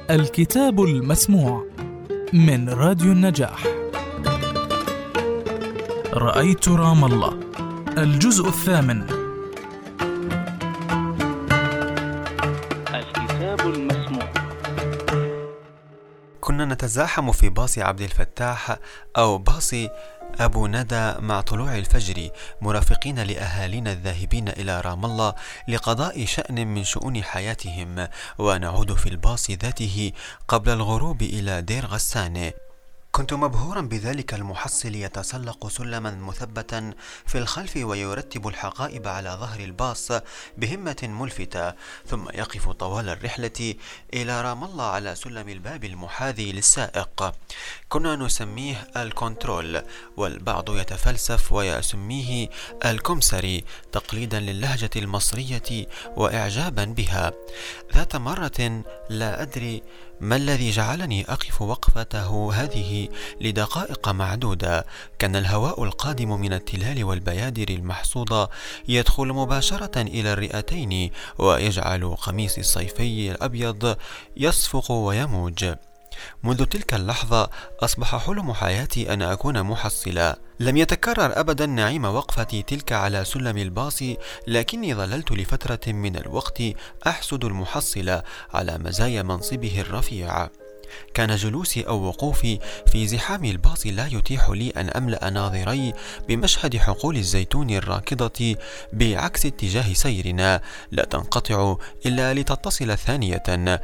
الكتاب المسموع من راديو النجاح. رأيت رام الله، الجزء الثامن. الكتاب المسموع. كنا نتزاحم في باص عبد الفتاح أو باص أبو ندى مع طلوع الفجر، مرافقين لأهالينا الذاهبين إلى رام الله لقضاء شأن من شؤون حياتهم، ونعود في الباص ذاته قبل الغروب إلى دير غسان. كنت مبهورا بذلك المحصل يتسلق سلما مثبتا في الخلف ويرتب الحقائب على ظهر الباص بهمة ملفتة، ثم يقف طوال الرحلة إلى رام الله على سلم الباب المحاذي للسائق. كنا نسميه الكنترول، والبعض يتفلسف ويسميه الكمسري تقليدا للهجة المصرية وإعجابا بها. ذات مرة لا أدري ما الذي جعلني أقف وقفته هذه لدقائق معدودة. كان الهواء القادم من التلال والبيادر المحصودة يدخل مباشرة إلى الرئتين ويجعل قميص الصيفي الأبيض يصفق ويموج. منذ تلك اللحظة أصبح حلم حياتي أن أكون محصلا. لم يتكرر أبدا نعيم وقفتي تلك على سلم الباص، لكني ظللت لفترة من الوقت أحسد المحصل على مزايا منصبه الرفيع. كان جلوسي أو وقوفي في زحام الباص لا يتيح لي أن أملأ ناظري بمشهد حقول الزيتون الراكضة بعكس اتجاه سيرنا، لا تنقطع إلا لتتصل ثانية،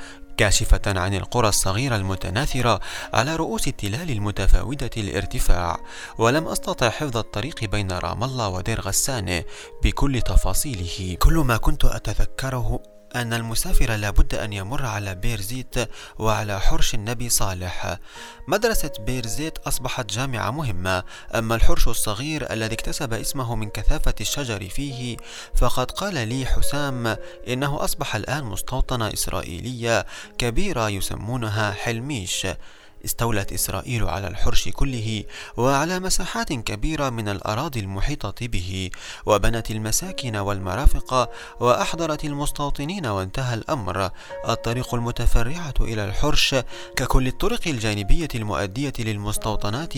كاشفة عن القرى الصغيرة المتناثرة على رؤوس التلال المتفاوتة الارتفاع. ولم أستطع حفظ الطريق بين رام الله ودير غسان بكل تفاصيله. كل ما كنت أتذكره أن المسافر لابد أن يمر على بير زيت وعلى حرش النبي صالح. مدرسة بير زيت أصبحت جامعة مهمة، أما الحرش الصغير الذي اكتسب اسمه من كثافة الشجر فيه فقد قال لي حسام إنه أصبح الآن مستوطنة إسرائيلية كبيرة يسمونها حلميش. استولت إسرائيل على الحرش كله وعلى مساحات كبيرة من الأراضي المحيطة به، وبنت المساكن والمرافق وأحضرت المستوطنين، وانتهى الأمر. الطريق المتفرعة إلى الحرش ككل الطرق الجانبية المؤدية للمستوطنات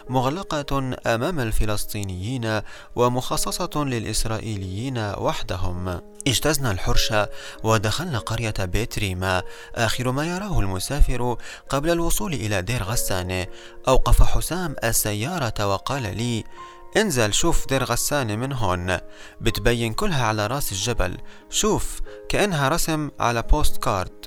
مغلقة أمام الفلسطينيين ومخصصة للإسرائيليين وحدهم. اجتزنا الحرش ودخلنا قرية بيت ريما، آخر ما يراه المسافر قبل الوصول إلى دير غسان. أوقف حسام السيارة وقال لي: انزل شوف دير غسان من هون، بتبين كلها على راس الجبل، شوف كأنها رسم على بوست كارد.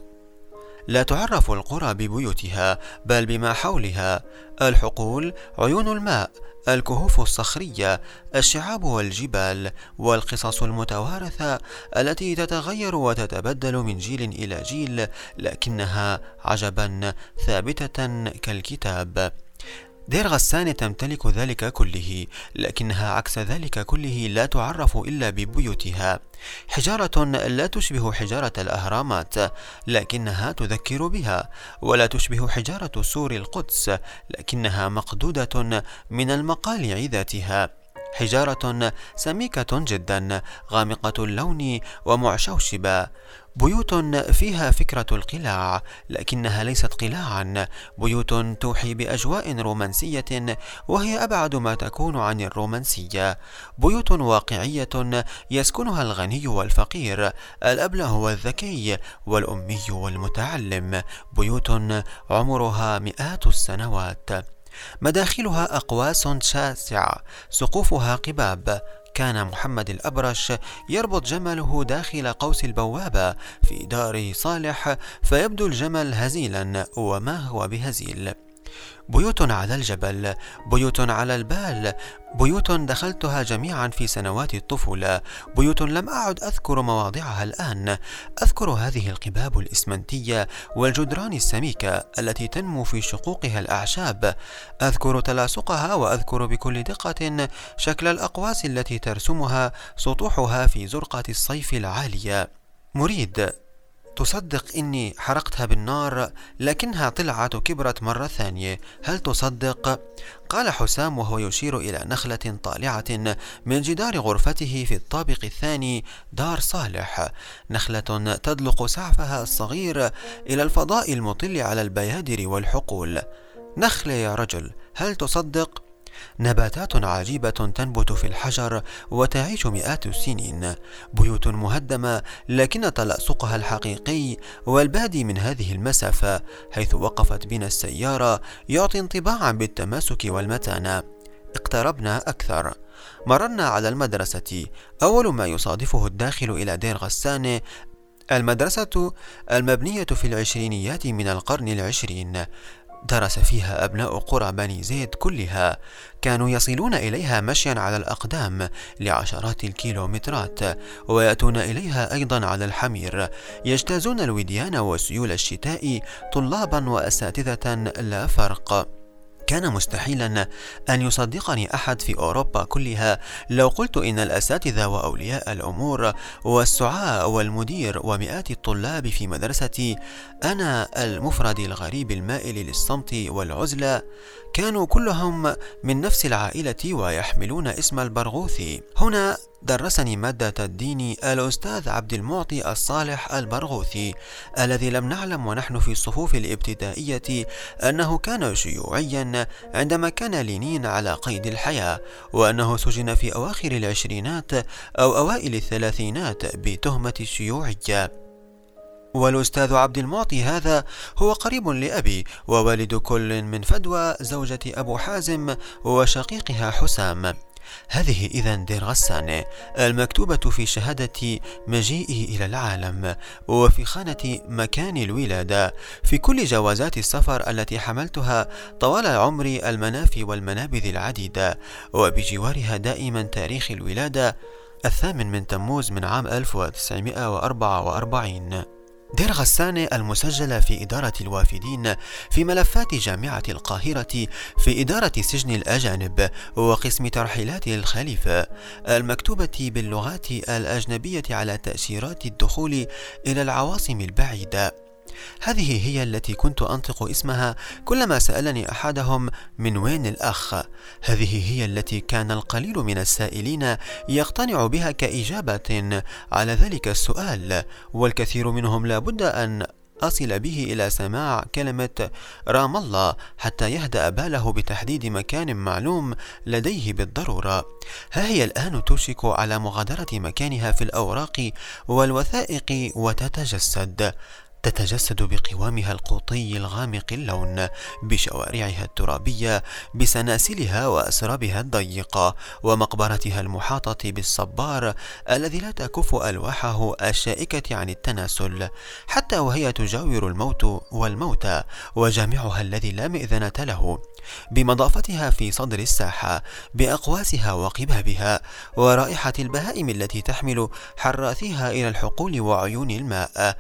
لا تعرف القرى ببيوتها بل بما حولها: الحقول، عيون الماء، الكهوف الصخرية، الشعاب والجبال، والقصص المتوارثة التي تتغير وتتبدل من جيل إلى جيل، لكنها عجبا ثابتة كالكتاب. دير غسان تمتلك ذلك كله، لكنها عكس ذلك كله لا تعرف إلا ببيوتها. حجارة لا تشبه حجارة الأهرامات لكنها تذكر بها، ولا تشبه حجارة سور القدس لكنها مقدودة من المقالع ذاتها. حجارة سميكة جدا، غامقة اللون ومعشوشبة. بيوت فيها فكرة القلاع لكنها ليست قلاعا، بيوت توحي بأجواء رومانسية وهي أبعد ما تكون عن الرومانسية. بيوت واقعية يسكنها الغني والفقير، الأبله والذكي والأمي والمتعلم. بيوت عمرها مئات السنوات، مداخلها أقواس شاسعة، سقوفها قباب. كان محمد الأبرش يربط جمله داخل قوس البوابة في دار صالح فيبدو الجمل هزيلا وما هو بهزيل. بيوت على الجبل، بيوت على البال، بيوت دخلتها جميعا في سنوات الطفولة، بيوت لم أعد أذكر مواضعها الآن. أذكر هذه القباب الإسمنتية والجدران السميكة التي تنمو في شقوقها الأعشاب. أذكر تلاصقها، وأذكر بكل دقة شكل الأقواس التي ترسمها سطوحها في زرقة الصيف العالية. مريد تصدق إني حرقتها بالنار لكنها طلعت وكبرت مرة ثانية، هل تصدق؟ قال حسام وهو يشير إلى نخلة طالعة من جدار غرفته في الطابق الثاني دار صالح، نخلة تدلق سعفها الصغير إلى الفضاء المطل على البيادر والحقول. نخلة يا رجل، هل تصدق؟ نباتات عجيبة تنبت في الحجر وتعيش مئات السنين، بيوت مهدمة لكن تلأسقها الحقيقي والبادي من هذه المسافة حيث وقفت بنا السيارة يعطي انطباعا بالتماسك والمتانة. اقتربنا أكثر، مررنا على المدرسة. أول ما يصادفه الداخل إلى دير غسان، المدرسة المبنية في العشرينيات من القرن العشرين، درس فيها أبناء قرى بني زيد كلها، كانوا يصلون إليها مشيا على الأقدام لعشرات الكيلومترات، ويأتون إليها أيضا على الحمير، يجتازون الوديان وسيول الشتاء طلابا وأساتذة لا فرق. كان مستحيلا أن يصدقني أحد في أوروبا كلها لو قلت إن الأساتذة وأولياء الأمور والسعاة والمدير ومئات الطلاب في مدرستي، أنا المفرد الغريب المائل للصمت والعزلة، كانوا كلهم من نفس العائلة ويحملون اسم البرغوثي. هنا درسني مادة الدين الأستاذ عبد المعطي الصالح البرغوثي، الذي لم نعلم ونحن في الصفوف الابتدائية أنه كان شيوعيا عندما كان لينين على قيد الحياة، وأنه سجن في أواخر العشرينات أو أوائل الثلاثينات بتهمة الشيوعية. والأستاذ عبد المعطي هذا هو قريب لأبي ووالد كل من فدوى زوجة أبو حازم وشقيقها حسام. هذه إذن دير غسان المكتوبة في شهادة مجيئه إلى العالم وفي خانة مكان الولادة في كل جوازات السفر التي حملتها طوال عمري المنافي والمنابذ العديدة، وبجوارها دائما تاريخ الولادة 8 تموز من عام 1944. دير غسان المسجلة في إدارة الوافدين في ملفات جامعة القاهرة في إدارة سجن الأجانب وقسم ترحيلات الخليفة، المكتوبة باللغات الأجنبية على تأشيرات الدخول إلى العواصم البعيدة. هذه هي التي كنت أنطق اسمها كلما سألني أحدهم من وين الأخ. هذه هي التي كان القليل من السائلين يقتنع بها كإجابة على ذلك السؤال، والكثير منهم لابد أن أصل به إلى سماع كلمة رام الله حتى يهدأ باله بتحديد مكان معلوم لديه بالضرورة. ها هي الآن توشك على مغادرة مكانها في الأوراق والوثائق وتتجسد بقوامها القوطي الغامق اللون، بشوارعها الترابية، بسناسلها وأسرابها الضيقة، ومقبرتها المحاطة بالصبار الذي لا تكف ألواحه الشائكة عن التناسل، حتى وهي تجاور الموت والموتى وجامعها الذي لا مئذنة له، بمضافتها في صدر الساحة، بأقواسها وقبابها، ورائحة البهائم التي تحمل حراثيها إلى الحقول وعيون الماء،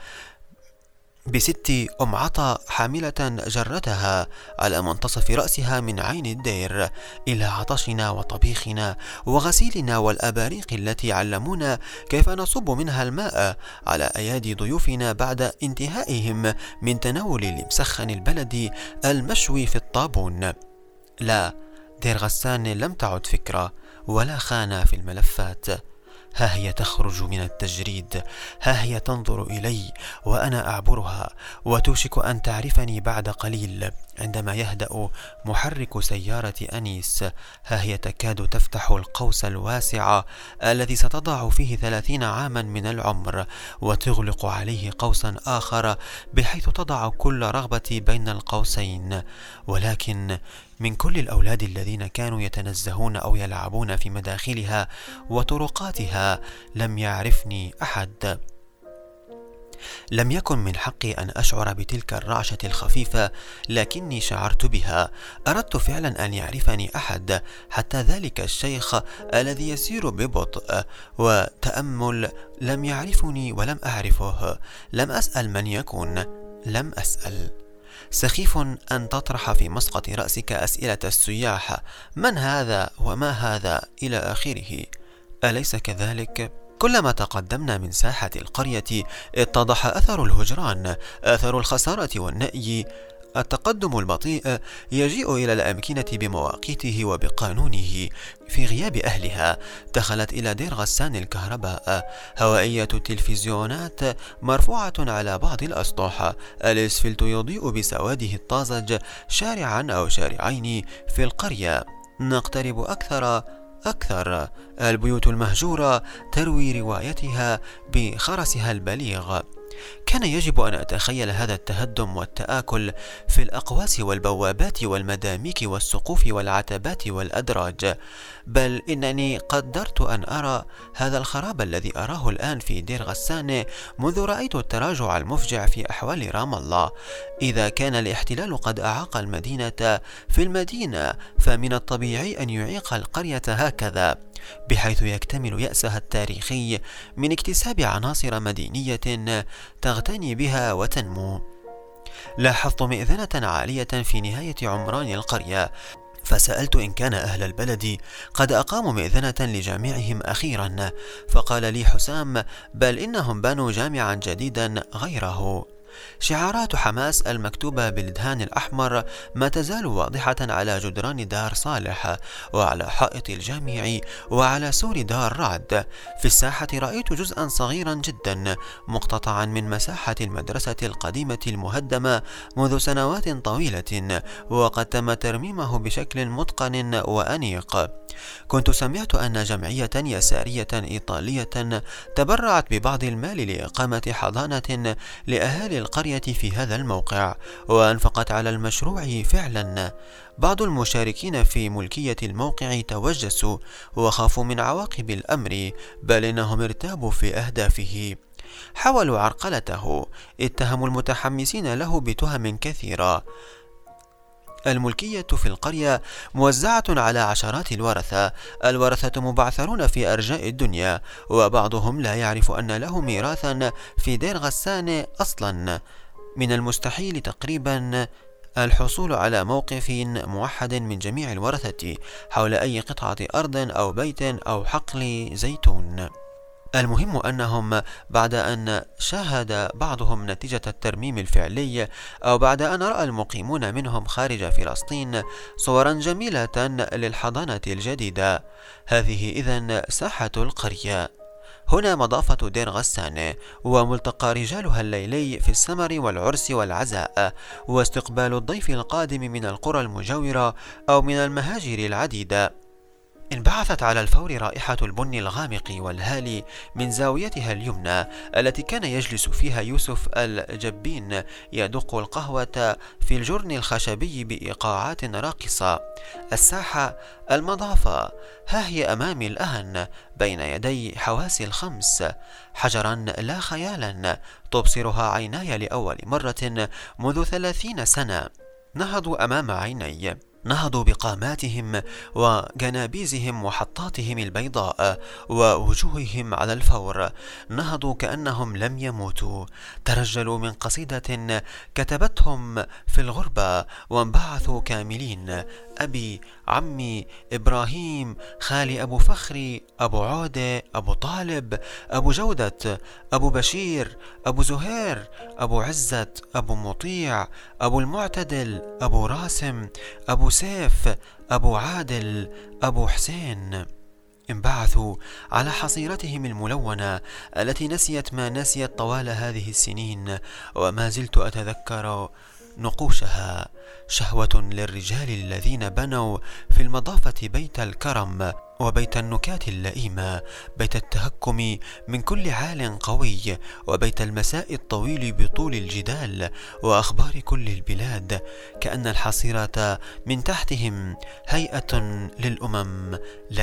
بست عطا حاملة جرتها على منتصف رأسها من عين الدير، إلى عطشنا وطبيخنا وغسيلنا والأباريق التي علمونا كيف نصب منها الماء على أيادي ضيوفنا بعد انتهائهم من تناول المسخن البلدي المشوي في الطابون. لا، دير غسان لم تعد فكرة ولا خانة في الملفات. ها هي تخرج من التجريد، ها هي تنظر إلي وأنا أعبرها، وتوشك أن تعرفني بعد قليل عندما يهدأ محرك سيارة أنيس. ها هي تكاد تفتح القوس الواسع الذي ستضع فيه 30 عاما من العمر، وتغلق عليه قوسا آخر بحيث تضع كل رغبة بين القوسين. ولكن من كل الأولاد الذين كانوا يتنزهون أو يلعبون في مداخلها وطرقاتها لم يعرفني أحد. لم يكن من حقي أن أشعر بتلك الرعشة الخفيفة، لكني شعرت بها. أردت فعلا أن يعرفني أحد، حتى ذلك الشيخ الذي يسير ببطء وتأمل لم يعرفني ولم أعرفه. لم أسأل من يكون، لم أسأل. سخيف أن تطرح في مسقط رأسك أسئلة السياح: من هذا وما هذا إلى آخره، أليس كذلك؟ كلما تقدمنا من ساحة القرية اتضح أثر الهجران، أثر الخسارة والنأي. التقدم البطيء يجيء إلى الأمكنة بمواقيته وبقانونه في غياب أهلها. دخلت إلى دير غسان الكهرباء، هوائية التلفزيونات مرفوعة على بعض الأسطح، الإسفلت يضيء بسواده الطازج شارعا أو شارعين في القرية. نقترب أكثر. البيوت المهجورة تروي روايتها بخرسها البليغ. كان يجب أن أتخيل هذا التهدم والتآكل في الأقواس والبوابات والمداميك والسقوف والعتبات والأدراج، بل إنني قدرت أن أرى هذا الخراب الذي أراه الآن في دير غسان منذ رأيت التراجع المفجع في أحوال رام الله. إذا كان الاحتلال قد أعاق المدينة في المدينة، فمن الطبيعي أن يعيق القرية هكذا، بحيث يكتمل يأسها التاريخي من اكتساب عناصر مدينية تغتني بها وتنمو. لاحظت مئذنة عالية في نهاية عمران القرية، فسألت إن كان أهل البلد قد أقاموا مئذنة لجامعهم أخيرا، فقال لي حسام: بل إنهم بنوا جامعا جديدا غيره. شعارات حماس المكتوبة بالدهان الأحمر ما تزال واضحة على جدران دار صالح، وعلى حائط الجامع، وعلى سور دار رعد. في الساحة رأيت جزءا صغيرا جدا مقتطعا من مساحة المدرسة القديمة المهدمة منذ سنوات طويلة، وقد تم ترميمه بشكل متقن وأنيق. كنت سمعت أن جمعية يسارية إيطالية تبرعت ببعض المال لإقامة حضانة لأهالي القرية في هذا الموقع، وأنفقت على المشروع فعلا. بعض المشاركين في ملكية الموقع توجسوا وخافوا من عواقب الأمر، بل إنهم ارتابوا في أهدافه. حاولوا عرقلته، اتهموا المتحمسين له بتهم كثيرة. الملكية في القرية موزعة على عشرات الورثة مبعثرون في أرجاء الدنيا، وبعضهم لا يعرف أن له ميراثا في دير غسان أصلا. من المستحيل تقريبا الحصول على موقف موحد من جميع الورثة حول أي قطعة أرض أو بيت أو حقل زيتون. المهم أنهم بعد أن شاهد بعضهم نتيجة الترميم الفعلي، أو بعد أن رأى المقيمون منهم خارج فلسطين صورا جميلة للحضانة الجديدة. هذه إذن ساحة القرية. هنا مضافة دير غسان، وملتقى رجالها الليلي في السمر والعرس والعزاء، واستقبال الضيف القادم من القرى المجاورة أو من المهاجر العديدة. انبعثت على الفور رائحة البن الغامق والهالي من زاويتها اليمنى التي كان يجلس فيها يوسف الجبين يدق القهوة في الجرن الخشبي بإيقاعات راقصة. الساحة، المضافة، ها هي أمامي الآن بين يدي حواسي الخمس، حجرا لا خيالا تبصرها عيناي لأول مرة منذ 30 سنة. نهضوا أمام عيني، نهضوا بقاماتهم وجنابيزهم وحطاتهم البيضاء ووجوههم على الفور، نهضوا كأنهم لم يموتوا. ترجلوا من قصيدة كتبتهم في الغربة وانبعثوا كاملين: أبي، عمي، إبراهيم، خالي أبو فخري، أبو عودة، أبو طالب، أبو جودة، أبو بشير، أبو زهير، أبو عزت، أبو مطيع، أبو المعتدل، أبو راسم، أبو سيف، أبو عادل، أبو حسين. انبعثوا على حصيرتهم الملونة التي نسيت ما نسيت طوال هذه السنين، وما زلت أتذكر نقوشها. شهوة للرجال الذين بنوا في المضافة بيت الكرم وبيت النكات اللئيمة، بيت التهكم من كل عال قوي، وبيت المساء الطويل بطول الجدال وأخبار كل البلاد، كأن الحصيرة من تحتهم هيئة للأمم،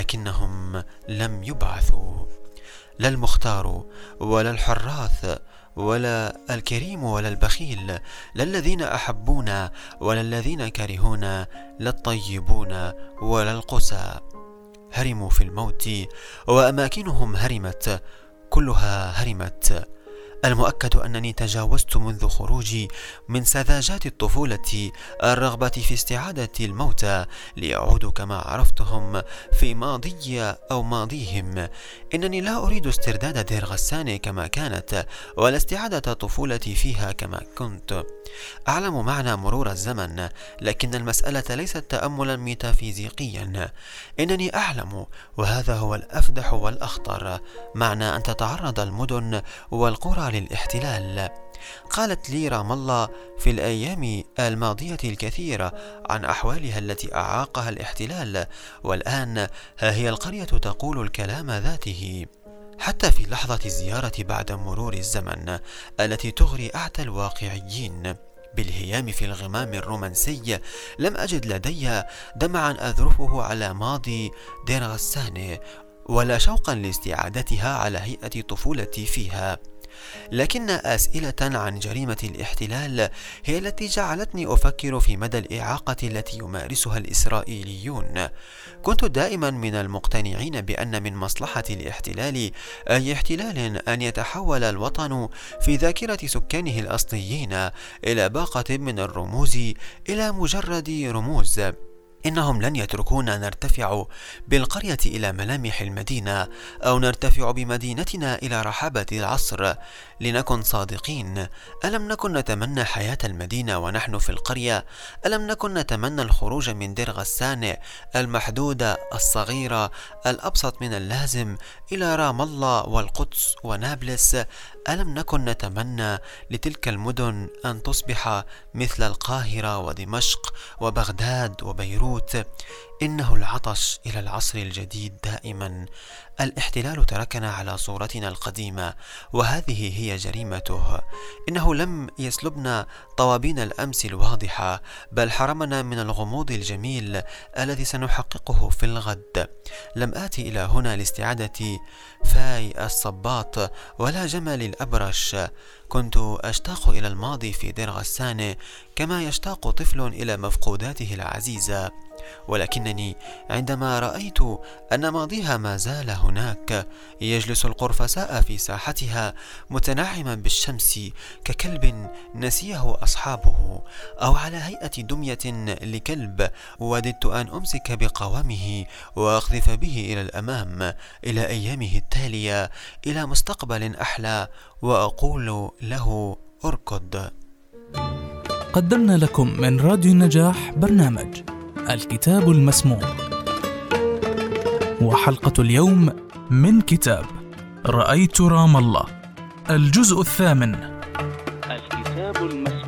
لكنهم لم يبعثوا. لا المختار ولا الحراث ولا الكريم ولا البخيل، لا الذين أحبونا ولا الذين كرهونا، لا الطيبون ولا القسى. هرموا في الموت وأماكنهم هرمت، كلها هرمت. المؤكد أنني تجاوزت منذ خروجي من سذاجات الطفولة الرغبة في استعادة الموتى ليعودوا كما عرفتهم في ماضي أو ماضيهم. إنني لا أريد استرداد دير غسان كما كانت ولا استعادة طفولتي فيها كما كنت. أعلم معنى مرور الزمن، لكن المسألة ليست تأملا ميتافيزيقيا. إنني أعلم، وهذا هو الأفدح والأخطر، معنى أن تتعرض المدن والقرى للاحتلال. قالت لي رام الله في الأيام الماضية الكثير عن أحوالها التي أعاقها الاحتلال، والآن ها هي القرية تقول الكلام ذاته. حتى في لحظة الزيارة بعد مرور الزمن التي تغري أعتى الواقعيين بالهيام في الغمام الرومانسي، لم أجد لدي دمعا أذرفه على ماضي دير غسان ولا شوقا لاستعادتها على هيئة طفولتي فيها. لكن أسئلة عن جريمة الاحتلال هي التي جعلتني أفكر في مدى الإعاقة التي يمارسها الإسرائيليون. كنت دائما من المقتنعين بأن من مصلحة الاحتلال أي احتلال أن يتحول الوطن في ذاكرة سكانه الأصليين إلى باقة من الرموز إلى مجرد رموز. إنهم لن يتركونا نرتفع بالقرية إلى ملامح المدينة أو نرتفع بمدينتنا إلى رحابة العصر. لنكن صادقين، ألم نكن نتمنى حياة المدينة ونحن في القرية؟ ألم نكن نتمنى الخروج من دير غسان المحدودة الصغيرة الأبسط من اللازم إلى رام الله والقدس ونابلس؟ ألم نكن نتمنى لتلك المدن أن تصبح مثل القاهرة ودمشق وبغداد وبيروت؟ إنه العطش إلى العصر الجديد دائما. الاحتلال تركنا على صورتنا القديمة، وهذه هي جريمته. إنه لم يسلبنا طوابين الأمس الواضحة، بل حرمنا من الغموض الجميل الذي سنحققه في الغد. لم آتي إلى هنا لاستعادة فاي الصباط ولا جمل الأبرش. كنت أشتاق إلى الماضي في دير غسان كما يشتاق طفل إلى مفقوداته العزيزة، ولكنني عندما رأيت أن ماضيها ما زال هناك يجلس القرفساء في ساحتها متنعما بالشمس ككلب نسيه أصحابه، أو على هيئة دمية لكلب، وددت أن أمسك بقوامه وأقذف به إلى الأمام، إلى أيامه التالية، إلى مستقبل أحلى، وأقول له اركض. قدمنا لكم من راديو النجاح برنامج الكتاب المسموع، وحلقة اليوم من كتاب رأيت رام الله، الجزء الثامن. الكتاب المسموع.